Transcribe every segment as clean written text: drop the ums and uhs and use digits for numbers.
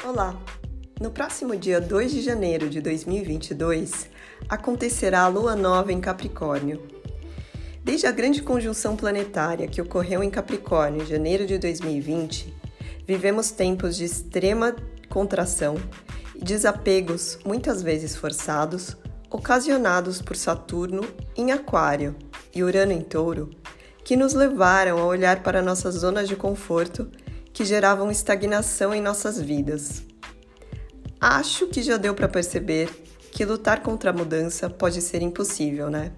Olá! No próximo dia 2 de janeiro de 2022, acontecerá a Lua Nova em Capricórnio. Desde a grande conjunção planetária que ocorreu em Capricórnio em janeiro de 2020, vivemos tempos de extrema contração e desapegos, muitas vezes forçados, ocasionados por Saturno em Aquário e Urano em Touro, que nos levaram a olhar para nossas zonas de conforto que geravam estagnação em nossas vidas. Acho que já deu para perceber que lutar contra a mudança pode ser impossível, né?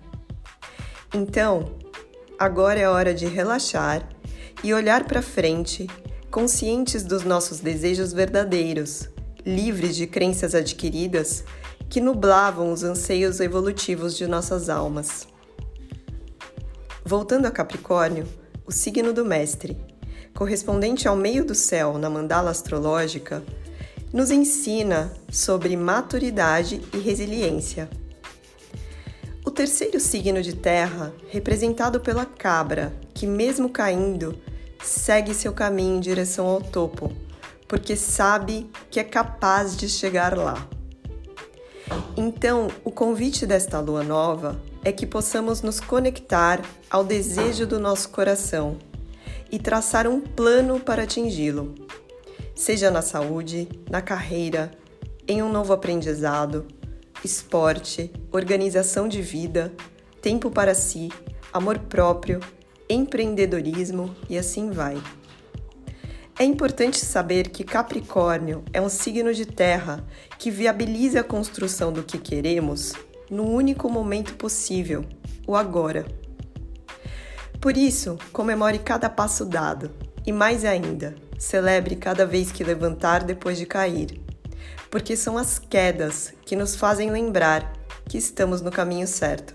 Então, agora é hora de relaxar e olhar para frente, conscientes dos nossos desejos verdadeiros, livres de crenças adquiridas que nublavam os anseios evolutivos de nossas almas. Voltando a Capricórnio, o signo do mestre, correspondente ao meio do céu na mandala astrológica, nos ensina sobre maturidade e resiliência. O terceiro signo de terra, representado pela cabra, que mesmo caindo, segue seu caminho em direção ao topo, porque sabe que é capaz de chegar lá. Então, o convite desta lua nova é que possamos nos conectar ao desejo do nosso coração e traçar um plano para atingi-lo, seja na saúde, na carreira, em um novo aprendizado, esporte, organização de vida, tempo para si, amor próprio, empreendedorismo e assim vai. É importante saber que Capricórnio é um signo de terra que viabiliza a construção do que queremos no único momento possível, o agora. Por isso, comemore cada passo dado e, mais ainda, celebre cada vez que levantar depois de cair, porque são as quedas que nos fazem lembrar que estamos no caminho certo.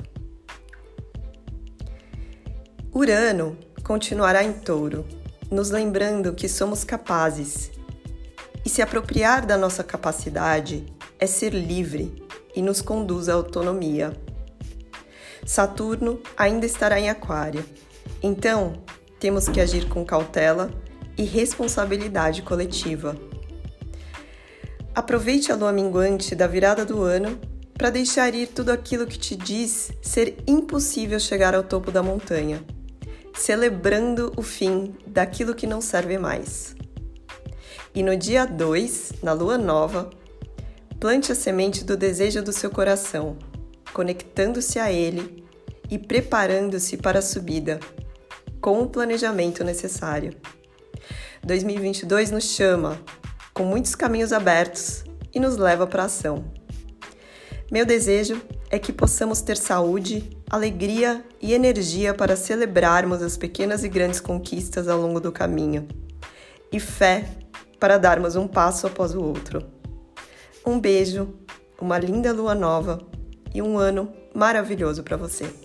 Urano continuará em Touro, nos lembrando que somos capazes, e se apropriar da nossa capacidade é ser livre e nos conduz à autonomia. Saturno ainda estará em Aquário, então temos que agir com cautela e responsabilidade coletiva. Aproveite a lua minguante da virada do ano para deixar ir tudo aquilo que te diz ser impossível chegar ao topo da montanha, celebrando o fim daquilo que não serve mais. E no dia 2, na lua nova, plante a semente do desejo do seu coração, conectando-se a ele e preparando-se para a subida, com o planejamento necessário. 2022 nos chama, com muitos caminhos abertos, e nos leva para a ação. Meu desejo é que possamos ter saúde, alegria e energia para celebrarmos as pequenas e grandes conquistas ao longo do caminho, e fé para darmos um passo após o outro. Um beijo, uma linda lua nova e um ano maravilhoso para você.